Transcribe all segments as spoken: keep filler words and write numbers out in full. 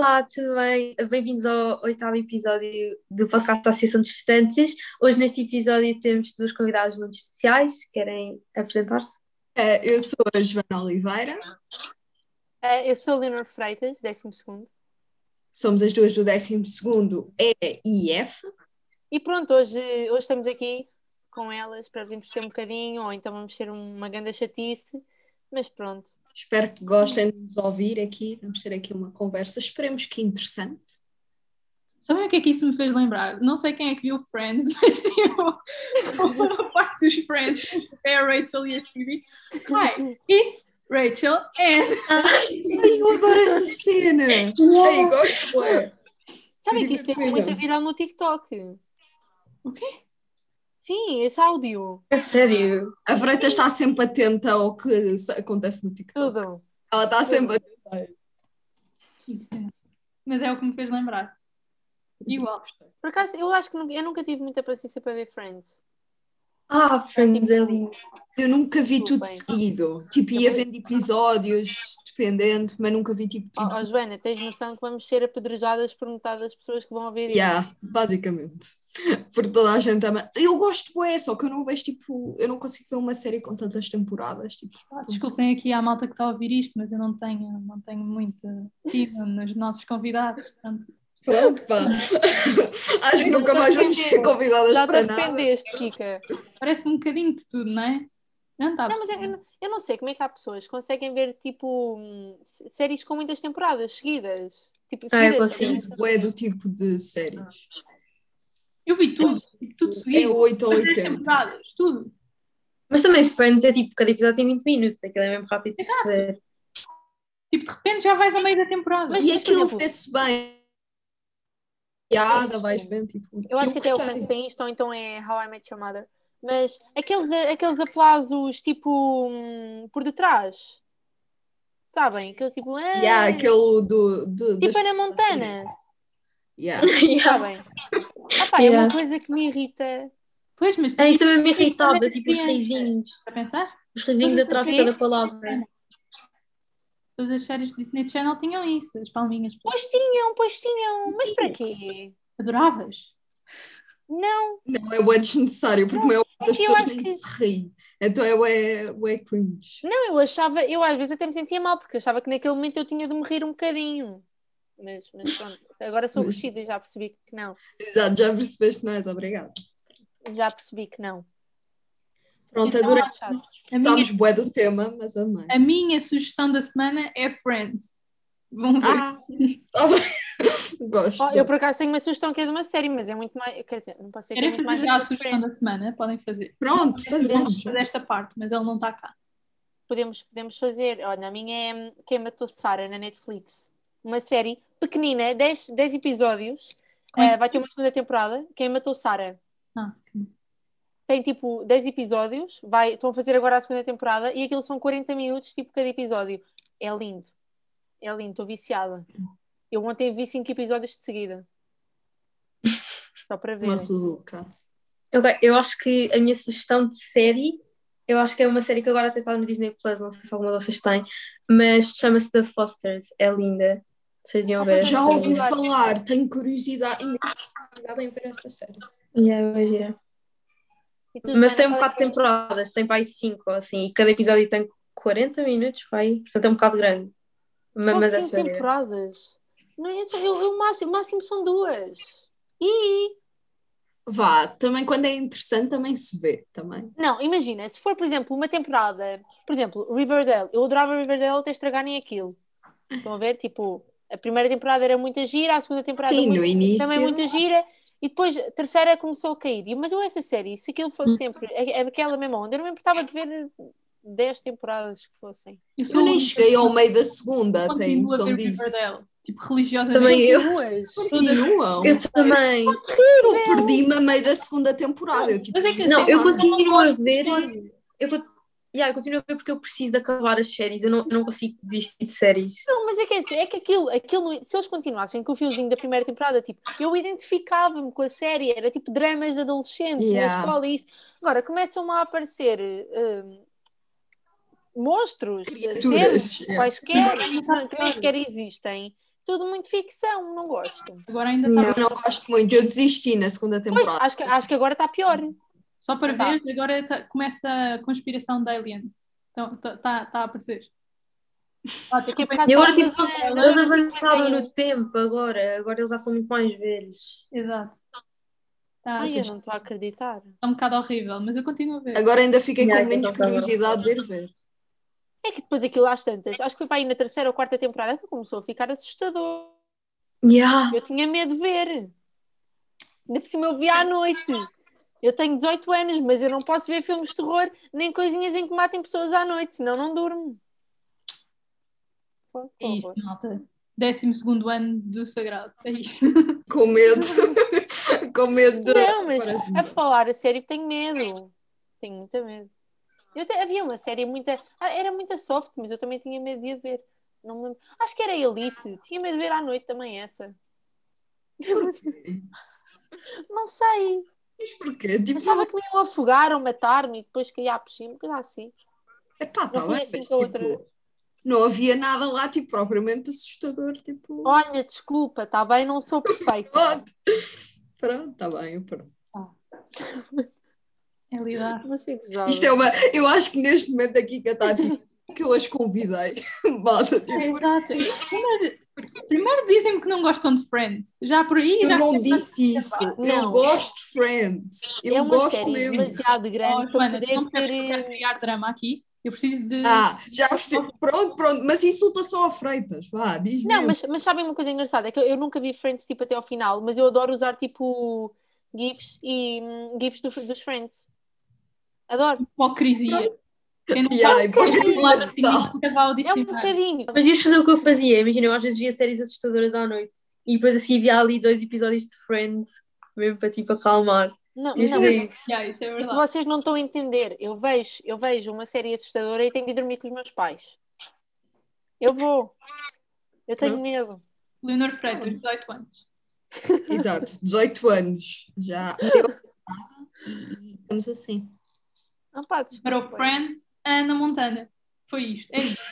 Olá, tudo bem? Bem-vindos ao oitavo episódio do podcast da Associação de Estudantes. Hoje, neste episódio, temos duas convidadas muito especiais. Querem apresentar-se? Eh, eu sou a Joana Oliveira, Eh, eu sou a Leonor Freitas, décimo segundo. somos as duas do décimo segundo E e F. E pronto, hoje, hoje estamos aqui com elas para vos entreter um bocadinho, ou então vamos ter uma grande chatice, mas pronto. Espero que gostem de nos ouvir aqui. Vamos ter aqui uma conversa, esperemos que interessante. Sabem o que é que isso me fez lembrar? Não sei quem é que viu Friends, mas tipo, a parte dos Friends, é a Rachel e a Phoebe. Hi, it's Rachel and... Ai, eu adoro essa cena! Ei, gosto, ué. Sabem que isso tem muito a viral no TikTok? O quê? Sim, esse áudio. É sério? A Freita está sempre atenta ao que se- acontece no TikTok. Tudo. Ela está sempre atenta. Mas é o que me fez lembrar. Igual. Por acaso, eu acho que nunca- eu nunca tive muita paciência para ver Friends. Ah, Friends é lindo. Eu nunca vi Tudo tudo bem. seguido. Tipo, ia vendo episódios, dependendo, mas nunca vi tipo... Ó ó, Joana, tens noção que vamos ser apedrejadas por metade das pessoas que vão ouvir isto? Yeah, basicamente. Por toda a gente ama. Eu gosto é só que eu não vejo tipo, eu não consigo ver uma série com tantas temporadas, tipo. Ah, desculpem aqui à malta que está a ouvir isto, mas eu não tenho, não tenho muita tira nos nossos convidados. Portanto, Pronto, pá. Acho que nunca mais vamos ser convidadas Já te para nada. arrependeste, Kika. parece um bocadinho de tudo, não é? Não está a Não, mas eu, perceber. eu não- eu não sei como é que há pessoas que conseguem ver tipo hum, s- séries com muitas temporadas seguidas. Tipo, Ah, eu seguidas. consigo. Depende bué do tipo de séries. Eu vi tudo, tipo, tudo É seguido. oito ou As dez oitenta. temporadas, tudo. Mas também Friends é tipo, cada episódio tem vinte minutos. Aquilo é mesmo rápido de se ver. Tipo, de repente já vais a meio da temporada. Mas- E por aquilo exemplo- vê-se bem. Piada, vais vendo, tipo. Eu acho que até o gostei. Friends tem isto, ou então é How I Met Your Mother. Mas aqueles, aqueles aplausos tipo hum, por detrás. Sabem? Aquele tipo. Ah, Yeah, aquele do. do Tipo das Ana Montana. Yeah. Yeah. Sabem? Ah, pá, é Yeah. uma coisa que me irrita. Pois, mas tu É isso, é mesmo viste irritada, das tipo os crianças. risinhos. Para pensar? Os risinhos atrás de quê? cada palavra. Todas as séries do Disney Channel tinham isso, as palminhas. Pois tinham, pois tinham. Mas para quê? Adoravas? Não. Não é bué desnecessário, porque a maior parte das eu pessoas acho nem que- se ri. Então é bué, bué cringe. Não, eu achava, eu às vezes até me sentia mal, porque achava que naquele momento eu tinha de me rir um bocadinho. Mas, mas pronto, agora sou Mas- crescida e já percebi que não. Exato, já percebeste, não és? Obrigada. Já percebi que não. Pronto, Então, adorei. Não chato. A Sabes minha, bué do tema, mas amei. a minha sugestão da semana é Friends. Vão ver. Ah, tá bem. Gosto. Oh, eu por acaso tenho uma sugestão que é de uma série, mas é muito mais. Quer dizer, não posso ser que é Querem muito fazer mais já a do que sugestão Friends. da semana? Podem fazer. Pronto, fazemos. Podemos fazer essa parte, mas ele não está cá. Podemos, podemos fazer. Olha, a minha é hum, Quem Matou Sarah na Netflix. Uma série pequenina, dez episódios. Como é que Eh, vai ter uma segunda temporada. Quem Matou Sarah. Ah, Tem tipo dez episódios. Vai, estão a fazer agora a segunda temporada. E aquilo são quarenta minutos, tipo, cada episódio. É lindo. É lindo, estou viciada. Eu ontem vi cinco episódios de seguida. Só para Uma ver. peluca. Eu, eu acho que a minha sugestão de série, eu acho que é uma série que agora até está no Disney Plus, não sei se alguma de vocês tem, mas chama-se The Fosters, é linda. Vocês deviam ver essa Já ouvi série. falar, tenho curiosidade, imensa curiosidade em ver essa série. Yeah, vai girar. E tu, Mas Joana, tem um qual é bocado de que foi- temporadas, tem para aí cinco, assim, e cada episódio tem quarenta minutos, vai, portanto é um bocado grande. Ma- Só Mas é cinco sério. temporadas. Não, eu, só- eu, eu, o, máximo, o máximo são duas. E Vá, também quando é interessante também se vê, também. não, imagina, se for, por exemplo, uma temporada, por exemplo, Riverdale, eu adorava Riverdale até estragarem aquilo. Estão a ver? Tipo, a primeira temporada era muita gira, a segunda temporada Sim, muito- no início. também muita gira, e depois a terceira começou a cair. E- Mas eu essa série, se aquilo fosse sempre a- aquela mesma onda, eu não me importava de ver dez temporadas que fossem. Eu, Eu nem cheguei ao meio da segunda, tenho continuo a noção ver disso. Riverdale. Tipo, religiosamente. Também eu. Continuas? Continuam. Eu também. Eu perdi-me a meio da segunda temporada. Eu, tipo, Mas é que Não, eu Sim, continuo a ver. História. Eu, con- yeah, eu continuo a ver porque eu preciso de acabar as séries. Eu não, eu não consigo desistir de séries. Não, mas é que é assim, é que aquilo, aquilo, se eles continuassem com o fiozinho da primeira temporada, tipo, eu identificava-me com a série, era tipo dramas de adolescentes Yeah. na escola e isso. Agora começam a aparecer hum, monstros, Criaturas, seres yeah. quaisquer, que não- que nem sequer existem, tudo muito ficção, não gosto. Agora ainda Não. está. Eu não gosto muito, eu desisti na segunda Pois, temporada. acho que, acho que agora está pior. Só para Tá. ver, agora tá- começa a conspiração de aliens. Então, está tá a aparecer. Ah, Daqui a desculpa, bocado E agora, está tipo, na- eles na eles noventa e avançaram um. no tempo agora. Agora eles já são muito mais velhos. Exato. Está Ai, eu não estou a acreditar. um bocado horrível, mas eu continuo a ver. Agora ainda fiquei Yeah, com menos então tá bom. curiosidade de ir ver. É que depois aquilo às tantas, acho que foi para aí na terceira ou quarta temporada que começou a ficar assustador. Yeah. Eu tinha medo de ver. Ainda por cima eu via à noite. Eu tenho dezoito anos, mas eu não posso ver filmes de terror nem coisinhas em que matem pessoas à noite, senão não durmo. Foi, É isto, horror. malta. Décimo segundo ano do Sagrado. É isto. Com medo. com medo de. Não, mas Parece-me a bem. falar a sério tenho medo. Tenho muito medo. Eu te- havia uma série muito. ah, Era muito soft, mas eu também tinha medo de a ver. Não me lembro. Acho que era Elite. Tinha medo de ver à noite também essa. Não sei. Mas porquê? Tipo, Achava que me iam afogar ou matar-me e depois caía a piscina, coisa assim. epá, Não tá foi bem, assim mas, com a tipo, outra. não havia nada lá, tipo, propriamente assustador, tipo... Olha, desculpa, está bem, não sou perfeita. Pronto, pronto, tá bem, eu pronto. É lidar. Não sei gozada. Isto é uma... Eu acho que neste momento aqui que a Tati, que eu as convidei, malta, tipo, É, exato. Primeiro, primeiro dizem-me que não gostam de Friends. Já por aí. eu já não disse isso, eu Não. gosto de Friends, eu É uma gosto série mesmo. demasiado Oh, grande para Joana, tu poder não percebes que eu quero ser. criar drama aqui? Eu preciso de. Ah, já percebi, pronto, pronto, mas insulta só a Freitas, vá, diz Não, mesmo. mas, mas sabem uma coisa engraçada? É que eu, eu nunca vi Friends tipo até ao final, mas eu adoro usar tipo GIFs e hum, GIFs do- dos Friends. Adoro. Hipocrisia. Quem não Yeah, sabe o que esta hipocrisia palavra total. significa, vá ao É um dicionário. bocadinho. Mas ias fazer o que eu fazia. Imagina, eu às vezes via séries assustadoras à noite e depois assim via ali dois episódios de Friends, mesmo para tipo acalmar. Não, Ias não. fazer isso. Yeah, isso é É que verdade. vocês não estão a entender. Eu vejo, eu vejo uma série assustadora e tenho de ir dormir com os meus pais. Eu vou. Eu tenho Pronto. medo. Leonor Freitas, dezoito anos. Exato, dezoito anos, já eu e estamos assim. Ah, pá, Para o desculpa. Friends, Ana Montana. Foi isto. É isto.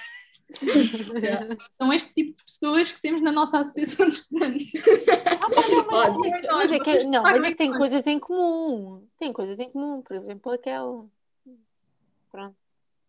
Yeah. São este tipo de pessoas que temos na nossa associação de estudantes. Ah, pá, não, mas, Olha, mas é que, mas é que- não, mas é que tem coisas em comum. Tem coisas em comum. Por exemplo, aquela. Pronto.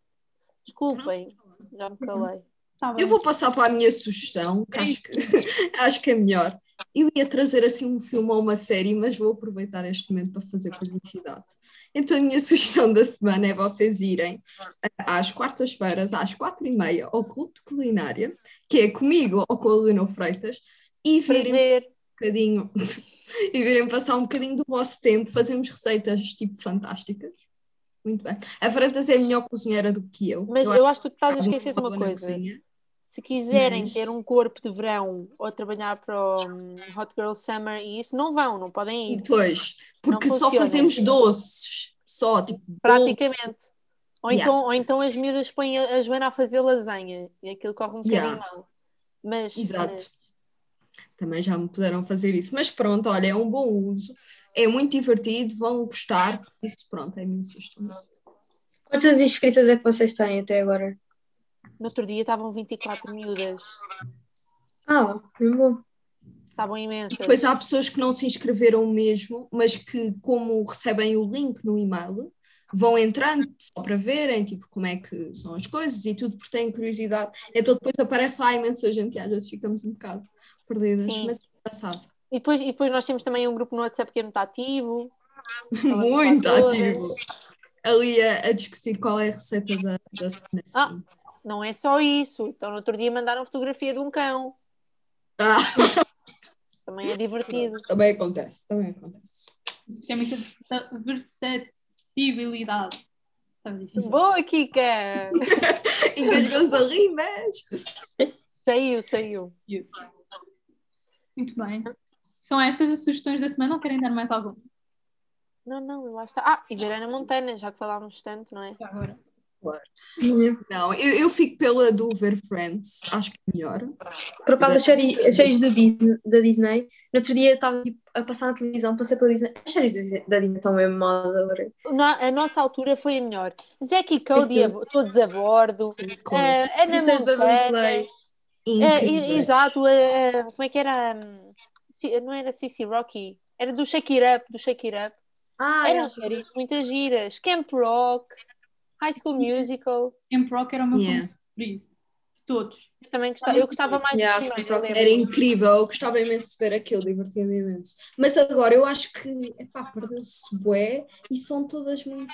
Desculpem. Já me calei. Tá bem. eu vou passar para a minha sugestão, que É acho que, acho que é melhor. Eu ia trazer assim um filme ou uma série, mas vou aproveitar este momento para fazer publicidade. Então a minha sugestão da semana é vocês irem às quartas-feiras, às quatro e meia, ao Clube de Culinária, que é comigo ou com a Leonor Freitas, e virem Prazer. um bocadinho e virem passar um bocadinho do vosso tempo, fazemos receitas tipo fantásticas. Muito bem. A Freitas é melhor cozinheira do que eu. Mas eu eu acho que tu estás a acho que esquecer de uma boa na coisa. cozinha. Se quiserem Mas- ter um corpo de verão ou trabalhar para o hum, Hot Girl Summer e isso, não vão, não podem E ir. depois, porque Não só funciona. fazemos doces, só tipo bolo. Praticamente. Ou, Yeah. então, ou então as miúdas põem a, a Joana a fazer lasanha e aquilo corre um bocadinho Yeah. mal. Mas, Exato. mas Também já me puderam fazer isso. Mas pronto, olha, é um bom uso. É muito divertido, vão gostar. Isso pronto, é a minha sugestão. Quantas inscritas é que vocês têm até agora? no outro dia estavam vinte e quatro miúdas. Ah, bem bom. Estavam E imensas. depois há pessoas que não se inscreveram mesmo, mas que como recebem o link no e-mail, vão entrando só para verem tipo, como é que são as coisas e tudo, porque têm curiosidade. Então depois aparece lá imensa gente e às vezes ficamos um bocado perdidas, Sim. mas é engraçado. E depois, e depois nós temos também um grupo no WhatsApp que é muito ativo. Falamos Muito lá todas. ativo. Ali a, a discutir qual é a receita da, da semana Ah. seguinte. Não é só isso. Então, no outro dia mandaram fotografia de um cão. Ah, Também é divertido. também acontece, também acontece. Isso é muita versatilidade. Estava difícil. Boa, Kika! Engasgou-se a rir, mas... Saiu, saiu. Isso. Muito bem. São estas as sugestões da semana ou querem dar mais alguma? Não, não, eu acho que está. Ah, e ver Ana Montana, já que falávamos tanto, não é? Já agora. Não, eu, eu fico pela do ver Friends, acho que é melhor. Por acaso, as séries, as séries do Disney, da Disney, no outro dia estava tipo, a passar na televisão, passei pela Disney. As séries do Disney- da Disney estão mesmo mal agora. Na, a nossa altura foi a melhor. Zack e Cody, a- todos a bordo. Com- Ah, Ana Princess Beverly Montana. Place. É, e- incríveis. exato, é, é, como é que era? hum, Si- Não era C C Rocky, era do Shake It Up, do Shake It Up. Ah, Eram é. séries muitas giras. Camp Rock, High School Musical. Camp Rock era o meu Yeah. filme preferido de todos. Eu também gostava, eu gostava mais Yeah, do primeiro, Camp Rock eu Era lembro. incrível, eu gostava imenso de ver aquilo, divertia-me imenso. Mas agora eu acho que, epá, perdeu-se bué e são todas muito.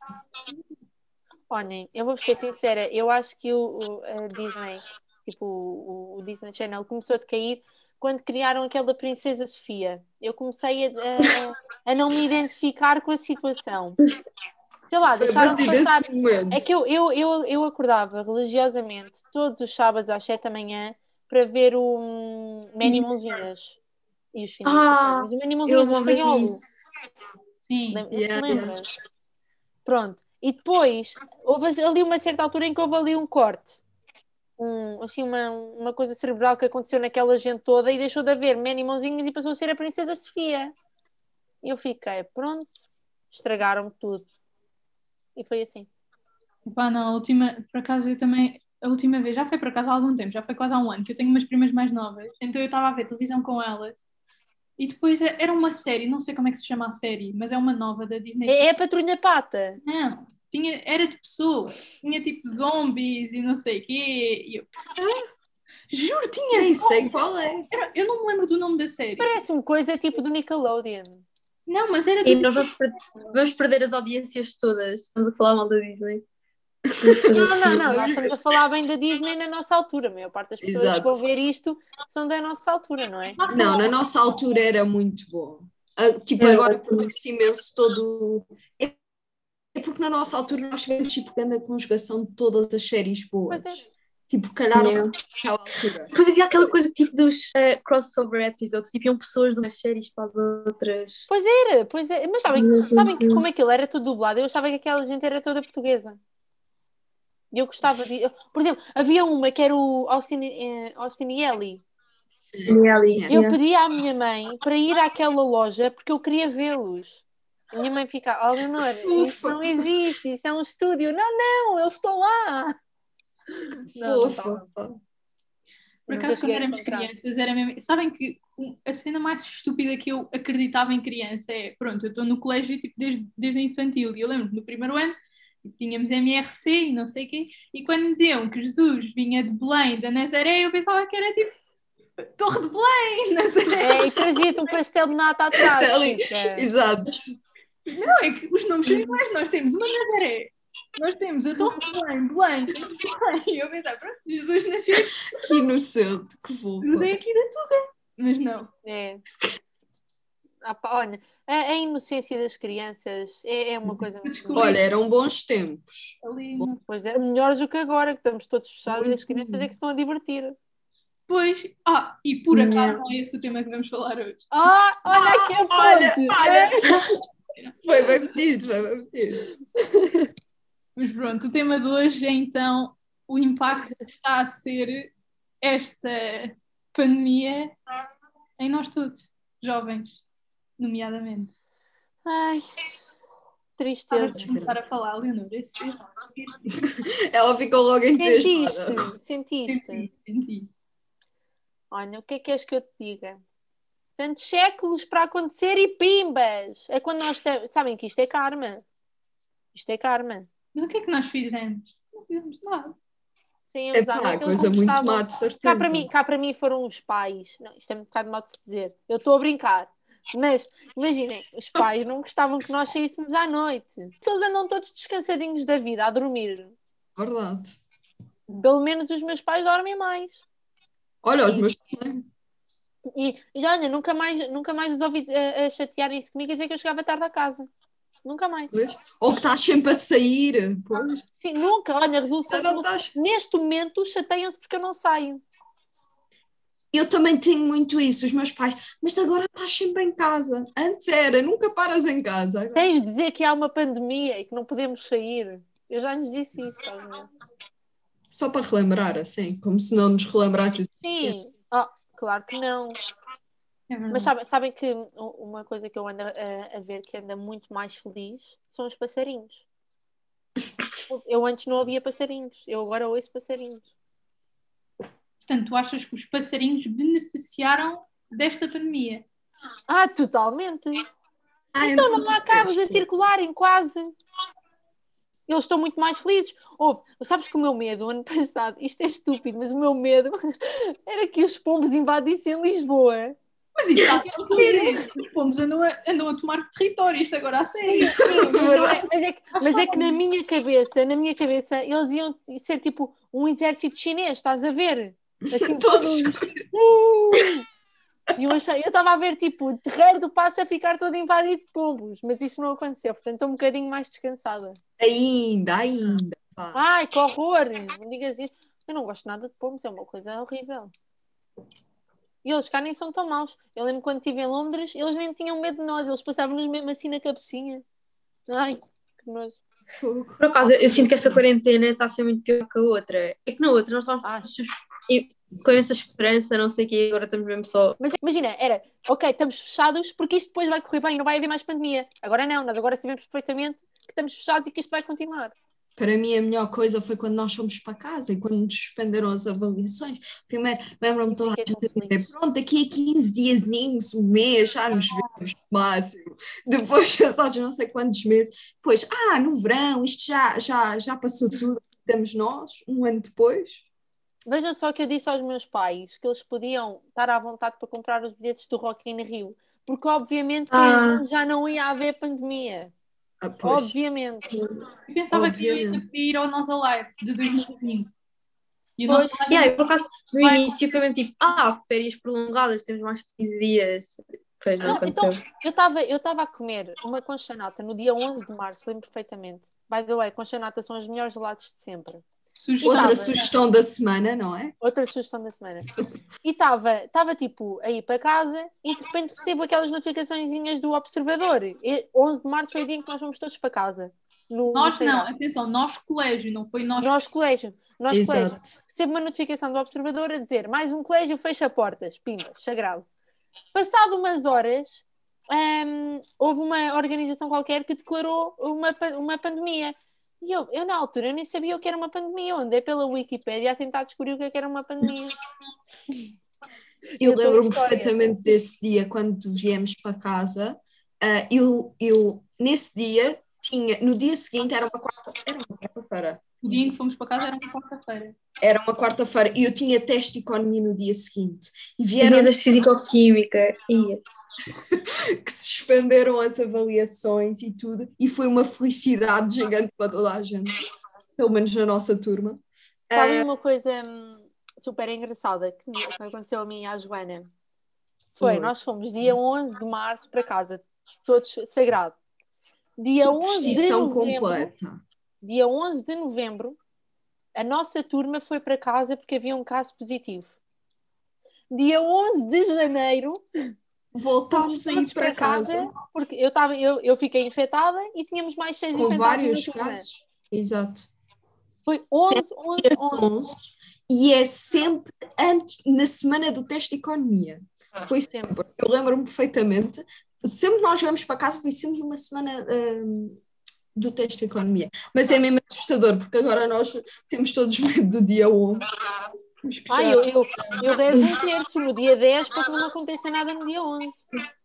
Olhem, eu vou ser sincera, eu acho que o, o- a Disney, tipo, o, o Disney Channel começou a decair quando criaram aquela Princesa Sofia. Eu comecei a, a, a não me identificar com a situação. Sei lá, Foi a deixaram de partir passar. desse momento. É que eu, eu, eu, eu acordava religiosamente todos os sábados às sete da manhã para ver o hum, Manny Mãozinhas e os Phineas e Ferb. Ah, Mas o Manny eu Mãozinhas do vou ver espanholo. isso. Sim. Lem- Não te Yeah, yeah. lembras? Pronto. E depois, houve ali uma certa altura em que houve ali um corte. Um, assim, uma, uma coisa cerebral que aconteceu naquela gente toda e deixou de haver Manny Mãozinhas e passou a ser a Princesa Sofia. E eu fiquei, pronto, estragaram-me tudo. E foi assim. Epá, não, a última, por acaso eu também, a última vez, já foi por acaso há algum tempo, já foi quase há um ano, que eu tenho umas primas mais novas, então eu estava a ver televisão com elas, e depois é- era uma série, não sei como é que se chama a série, mas é uma nova da Disney. É, é a Patrulha Pata. Não, tinha, era de pessoas, tinha tipo zombies e não sei o quê, e eu, juro, tinha Nem zombies, sei qual é. Era- eu não me lembro do nome da série, Parece-me coisa tipo do Nickelodeon. não, mas era E do nós vamos, per- vamos perder as audiências todas. Estamos a falar mal da Disney. Vamos fazer Não, não, assim. não, nós estamos a falar bem da Disney na nossa altura. A maior parte das pessoas que Exato. vão ver isto são da nossa altura, não é? Não, na nossa altura era muito bom. Ah, tipo, É agora ótimo. perdeu-se imenso todo. É é porque na nossa altura nós tivemos tipo grande conjugação de todas as séries boas. Pois é. Tipo, calhar Yeah. naquela altura. Depois havia aquela coisa tipo dos eh, crossover episodes, tipo, iam pessoas de umas séries para as outras. Pois era, pois é. Mas sabem, sabem que como aquilo era tudo dublado, eu achava que aquela gente era toda portuguesa. E eu gostava de. eu- Por exemplo, havia uma que era o Austin, eh, Austin e Ellie. Sim. E ali, Yeah. Eu yeah. pedi à minha mãe para ir àquela loja porque eu queria vê-los. A minha mãe fica, oh Leonor, isso Fofa. não existe, isso é um estúdio. Não, não, eles estão lá. Não, não Fofa. estão. pá. Por Nunca acaso, quando cheguei a éramos encontrar. crianças, era mesmo. Sabem que um- a cena mais estúpida que eu acreditava em criança é: pronto, eu estou no colégio tipo, desde, desde a infantil, e eu lembro que no primeiro ano tipo, tínhamos M R C e não sei o quê, e quando me diziam que Jesus vinha de Belém, da Nazaré, eu pensava que era tipo Torre de Belém, Nazaré. É, e trazia-te um pastel de nata atrás. Ali. Fica. Exato. Não, é que os nomes são iguais, nós temos uma Nazaré. Nós temos a Torre de Belém, Belém, Torre de Belém. E eu pensava, pronto, Jesus nasceu, Que inocente, que Jesus fofa. é aqui da Tuga. Mas não. É. Ah, pá, olha, a, a inocência das crianças é, é uma coisa muito Descobri. Olha, eram bons tempos. Ali no... Pois é, melhores do que agora, que estamos todos fechados e as Muito. crianças é que se estão a divertir. Pois, ah, e por acaso Yeah. não é esse o tema que vamos falar hoje. Ah, olha aqui a olha, ponte! olha. É. Foi bem metido, foi bem metido. Mas pronto, o tema de hoje é então o impacto que está a ser esta pandemia em nós todos, jovens, nomeadamente. Ai, Estava tristeza. a começar a falar, Leonor, esse, esse, Ela ficou logo entusiasmada. Sentiste? Sentiste? senti, senti. Olha, o que é que queres que eu te diga? Tantos séculos para acontecer e pimbas! É quando nós temos. Sabem que isto é karma. Isto é karma. Mas o que é que nós fizemos? Não fizemos nada. Saímos à Epá, noite, eles coisa não muito gostavam. má, de certeza. Cá para, mim, cá para mim foram os pais. Não, isto é um bocado mal de se dizer. Eu estou a brincar. Mas, imaginem, os pais não gostavam que nós saíssemos à noite. Porque eles andam todos descansadinhos da vida, a dormir. Verdade. Pelo menos os meus pais dormem mais. Olha, os E- meus também. E, e olha, nunca mais, nunca mais os ouvi a, a chatearem-se comigo a dizer que eu chegava tarde a casa. Nunca mais. Pois. Ou que estás sempre a sair. Pois. Sim, nunca. Olha, a resolução. Já não estás. Neste momento chateiam-se porque eu não saio. Eu também tenho muito isso, os meus pais. Mas agora estás sempre em casa. Antes era, nunca paras em casa. Agora- Tens de dizer que há uma pandemia e que não podemos sair. Eu já lhes disse isso. estás a ver? Só para relembrar, assim, como se não nos relembrasse o suficiente. Sim. Oh, claro que não. É verdade. Mas sabem, sabem que u- uma coisa que eu ando a, a ver que anda muito mais feliz são os passarinhos. Eu antes não havia passarinhos. Eu agora ouço passarinhos. Portanto, tu achas que os passarinhos beneficiaram desta pandemia? Ah, totalmente. Ah, Então não há tu carros a queres? circularem quase. Eles estão muito mais felizes. Ouve, sabes que o meu medo, ano passado, isto é estúpido, mas o meu medo era que os pombos invadissem Lisboa. Mas isso está a acontecer. Os pomos andam a, andam a tomar território, isto agora a sério. Sim, sim, mas, não é, mas, é que, mas é que na minha cabeça, na minha cabeça, eles iam ser tipo um exército chinês, estás a ver? Assim, Todos. Uh! E eu achei- eu estava a ver tipo o terreiro do passo a ficar todo invadido de pombos, mas isso não aconteceu, portanto estou um bocadinho mais descansada. Ainda, ainda. Pá. Ai, que horror! Não digas isso. Eu não gosto nada de pombos, é uma coisa horrível. E eles cá nem são tão maus. Eu lembro quando estive em Londres, eles nem tinham medo de nós, eles passavam-nos mesmo assim na cabecinha. Ai, que nojo. Fogo. Por acaso, eu sinto que esta quarentena está a ser muito pior que a outra. É que na outra nós estávamos Ai. todos e- com essa esperança, não sei o quê, agora estamos mesmo só. Mas imagina, era, ok, estamos fechados porque isto depois vai correr bem, não vai haver mais pandemia. Agora não, nós agora sabemos perfeitamente que estamos fechados e que isto vai continuar. Para mim, a melhor coisa foi quando nós fomos para casa e quando nos suspenderam as avaliações. Primeiro, lembro-me toda a Fiquei gente tão a dizer: feliz. pronto, daqui a quinze diazinhos, um mês, já nos vemos, no máximo. Depois, passados não sei quantos meses, depois, ah, no verão, isto já, já, já passou tudo, estamos nós, um ano depois. Veja só que eu disse aos meus pais que eles podiam estar à vontade para comprar os bilhetes do Rock in Rio, porque obviamente que em Ah. junho já não ia haver pandemia. Ah, pois, Obviamente. Eu pensava que eu ia Obviamente. pedir ao nosso live de dois mil e vinte. E o Pois. nosso live E aí, por acaso, no Vai. início foi mesmo tipo, ah, férias prolongadas, temos mais quinze dias. Depois não Não, então, aconteceu. eu estava eu estava a comer uma concha nata no dia onze de março, lembro perfeitamente. By the way, concha nata são os melhores gelados de sempre. sugestão. Outra Tava. sugestão da semana, não é? Outra sugestão da semana. E estava tipo a ir para casa e de repente recebo aquelas notificaçõezinhas do Observador. E onze de março foi o dia em que nós vamos todos para casa. No, no Nós não, Ceirá. atenção, nós colégio, não foi nós. Nós colégio. Nós colégio. Exato. Recebo uma notificação do Observador a dizer mais um colégio fecha portas. Pimba, sagrado. Passado umas horas, hum, houve uma organização qualquer que declarou uma, pa- uma pandemia. E eu, eu, na altura, eu nem sabia o que era uma pandemia. Eu andei pela Wikipédia a tentar descobrir o que é que era uma pandemia. Eu Eu tô lembro-me história. perfeitamente desse dia, quando viemos para casa. Ah, eu, eu, nesse dia, tinha, no dia seguinte, era uma quarta, era uma quarta-feira. O dia em que fomos para casa era uma quarta-feira. Era uma quarta-feira e eu tinha teste de economia no dia seguinte. E vieram Vieram de Físico-Química. Ia. que se suspenderam as avaliações e tudo, e foi uma felicidade gigante para toda a gente, pelo menos na nossa turma. Sabem uma coisa hum, super engraçada que, que aconteceu a mim e à Joana? Foi, Foi. nós fomos dia onze de março para casa, todos sagrado. Dia onze de Superstição novembro, completa. dia onze de novembro, a nossa turma foi para casa porque havia um caso positivo. Dia onze de janeiro, Voltámos a ir todos para casa porque eu, tava, eu, eu fiquei infectada e tínhamos mais seis com infectados vários na turma. casos. Exato. Foi onze, onze, onze. onze, e é sempre antes, na semana do teste de economia. Foi sempre. Sempre. Eu lembro-me perfeitamente. Sempre que nós vamos para casa, foi sempre uma semana hum, do teste de economia. Mas é mesmo assustador, porque agora nós temos todos medo do dia onze. Temos que Ah, já- eu, eu, eu rezo um terço no dia dez para que não aconteça nada no dia onze.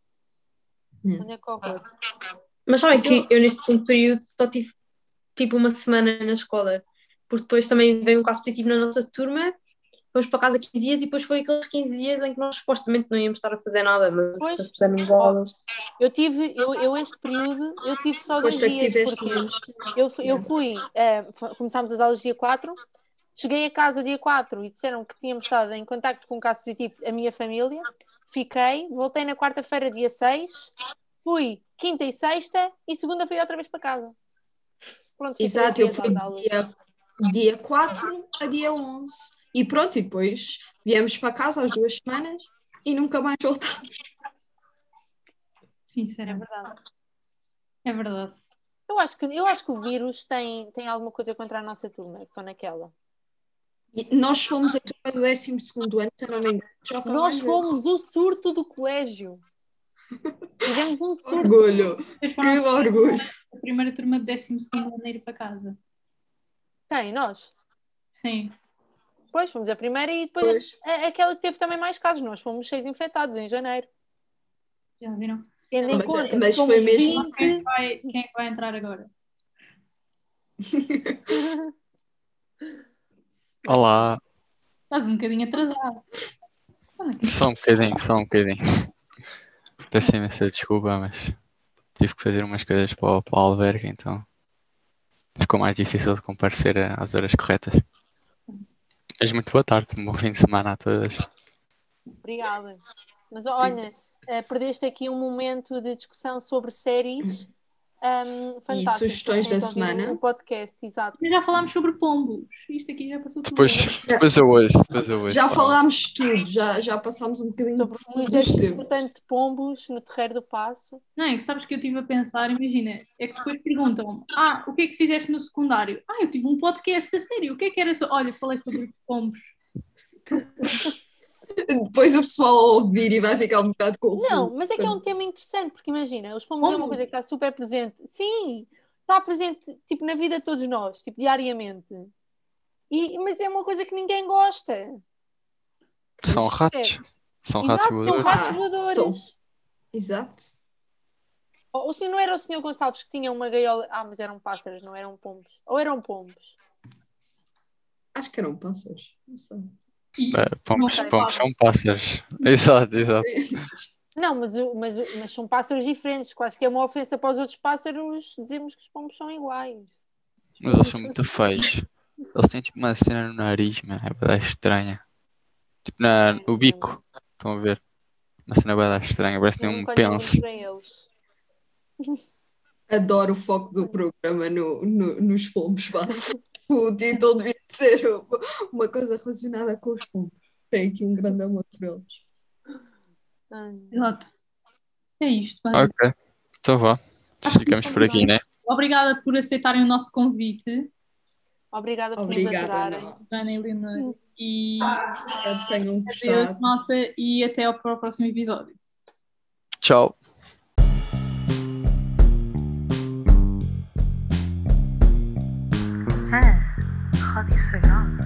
Hum. Onde é que horror? Mas sabem Mas que eu- eu neste segundo período só tive tipo uma semana na escola, porque depois também veio um caso positivo na nossa turma, fomos para casa quinze dias e depois foi aqueles quinze dias em que nós supostamente não íamos estar a fazer nada, mas Pois. depois puseram aulas. Eu tive, eu, eu este período, eu tive só dois Foste a que dias, tiveste porque menos tempo. eu, fui- eu fui, eh, f- começámos as aulas dia quatro, cheguei a casa dia quatro e disseram que tínhamos estado em contacto com um caso positivo, a minha família, fiquei, voltei na quarta-feira dia seis, fui quinta e sexta e segunda fui outra vez para casa. Pronto, fui Exato, três eu dias fui às aulas. dia, dia quatro a dia onze. E pronto, e depois viemos para casa às duas semanas e nunca mais voltámos. É Sinceramente. verdade. É verdade. Eu acho que, eu acho que o vírus tem, tem alguma coisa contra a nossa turma, só naquela. E nós fomos a turma do décimo segundo ano, se eu não me engano. Já foi Nós mais vezes. fomos o surto do colégio. Tivemos um surto. Orgulho, Vocês que foram orgulho. a primeira turma de décimo segundo ano a ir para casa. Quem? Nós? Sim. Pois, fomos a primeira e depois Pois. a- aquela que teve também mais casos. Nós fomos seis infectados em janeiro. Já viram? Tendo Não, em mas- conta mas que somos foi mesmo- vinte. Quem vai, quem é que vai entrar agora? Olá, Estás um bocadinho atrasado. Só não quero. só um bocadinho, só um bocadinho. Peço imensa desculpa, mas tive que fazer umas coisas para o, para o albergue, então ficou mais difícil de comparecer a- às horas corretas. Mas muito boa tarde, um bom fim de semana a todas. Obrigada. Mas olha, eh, perdeste aqui um momento de discussão sobre séries um, fantásticas. sugestões para quem da está a ouvir semana. O podcast, exato. Já falámos sobre pombos. Isto aqui já passou tudo. Depois, depois eu ouço, depois eu ouço. Já falámos tudo, já, já passámos um bocadinho Sobre por um todos os exército temas. importante de pombos no Terreiro do Paço. Não é que sabes que eu estive a pensar, imagina, é que depois perguntam-me, ah, o que é que fizeste no secundário? Ah, eu tive um podcast a sério, o que é que era só? Olha, falei sobre os pombos. Depois o pessoal a ouvir e vai ficar um bocado confuso. Não, mas é que é um tema interessante, porque imagina, os pombos é uma Pombos? coisa que está super presente. Sim, está presente tipo, na vida de todos nós, tipo, diariamente. E, mas é uma coisa que ninguém gosta. São ratos. São ratos Exato, são voadores. ratos Ah, voadores. são. Exato. Ou, o senhor não era o senhor Gonçalves que tinha uma gaiola. Ah, mas eram pássaros, não eram pombos. Ou eram pombos. Acho que eram pássaros. Não sei. E É, pombos, sei, pombos são pássaros. Exato, exato. Não, mas, o- mas, o- mas são pássaros diferentes. Quase que é uma ofensa para os outros pássaros dizermos que os pombos são iguais. Mas eles são muito feios. Eles têm tipo uma cena no nariz, mano. É bem estranha. Tipo na, no bico. Estão a ver? Uma cena bem estranha. Parece que Eu tem um nunca olhei muito penso. para eles. Adoro o foco do programa no, no- nos pombos. Pá. O título devia ser uma, uma coisa relacionada com os pombos. Tem aqui um grande amor por eles. Ai. Exato. É isto, basicamente. Ok. Então vá. Ficamos por aqui, né? Obrigada por aceitarem o nosso convite, Obrigada por nos Obrigada, adorarem. não. Ana e Helena. E Espero que tenham adeus, gostado. malta, e até ao para o próximo episódio. Tchau. Ah, Rádio Sagrada.